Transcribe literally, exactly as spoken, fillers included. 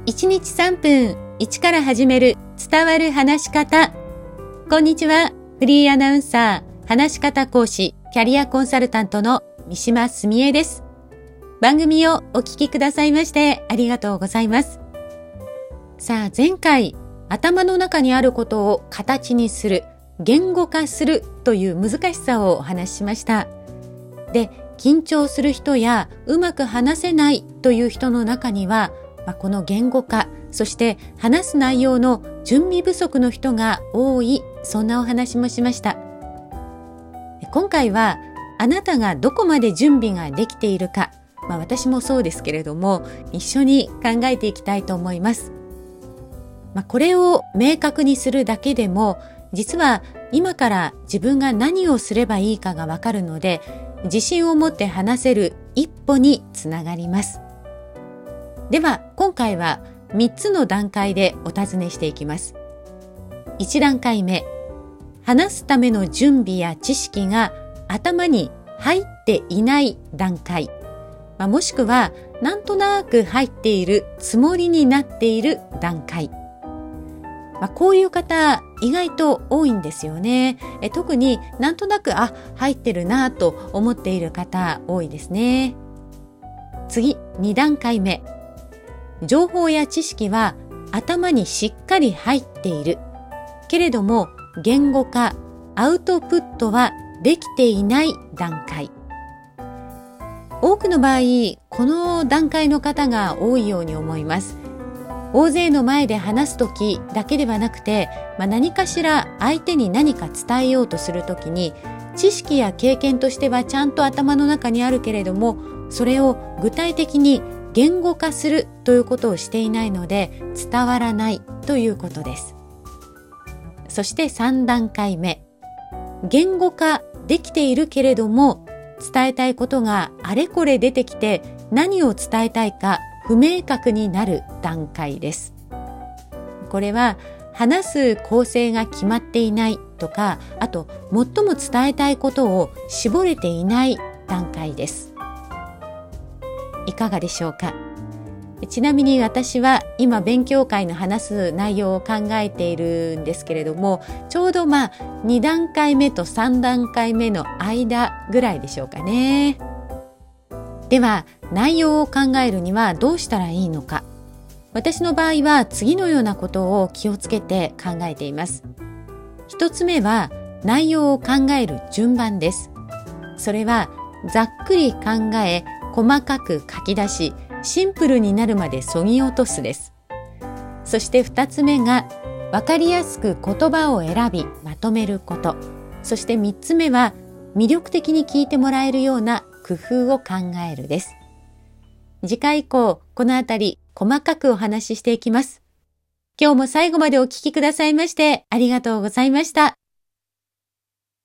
いちにちさんぷん、一から始める伝わる話し方。こんにちは。フリーアナウンサー、話し方講師、キャリアコンサルタントの三島澄江です。番組をお聞きくださいましてありがとうございます。さあ、前回、頭の中にあることを形にする、言語化するという難しさをお話ししました。で、緊張する人やうまく話せないという人の中には、まあ、この言語化、そして話す内容の準備不足の人が多い、そんなお話もしました。今回はあなたがどこまで準備ができているか、まあ、私もそうですけれども一緒に考えていきたいと思います。まあ、これを明確にするだけでも実は今から自分が何をすればいいかがわかるので自信を持って話せる一歩につながります。では今回はみっつの段階でお尋ねしていきます。いち段階目、話すための準備や知識が頭に入っていない段階、まあ、もしくはなんとなく入っているつもりになっている段階、まあ、こういう方意外と多いんですよね。え特になんとなくあ入ってるなと思っている方多いですね。次、に段階目、情報や知識は頭にしっかり入っているけれども言語化、アウトプットはできていない段階。多くの場合この段階の方が多いように思います。大勢の前で話すときだけではなくて、まあ、何かしら相手に何か伝えようとするときに知識や経験としてはちゃんと頭の中にあるけれどもそれを具体的に言語化するということをしていないので伝わらないということです。そしてさん段階目、言語化できているけれども伝えたいことがあれこれ出てきて何を伝えたいか不明確になる段階です。これは話す構成が決まっていないとか、あと最も伝えたいことを絞れていない段階です。いかがでしょうか。ちなみに私は今勉強会の話す内容を考えているんですけれども、ちょうどまあに段階目とさん段階目の間ぐらいでしょうかね。では内容を考えるにはどうしたらいいのか。私の場合は次のようなことを気をつけて考えています。一つ目は内容を考える順番です。それはざっくり考え細かく書き出しシンプルになるまで削ぎ落とすです。そして二つ目がわかりやすく言葉を選びまとめること。そして三つ目は魅力的に聞いてもらえるような工夫を考えるです。次回以降このあたり細かくお話ししていきます。今日も最後までお聞きくださいましてありがとうございました。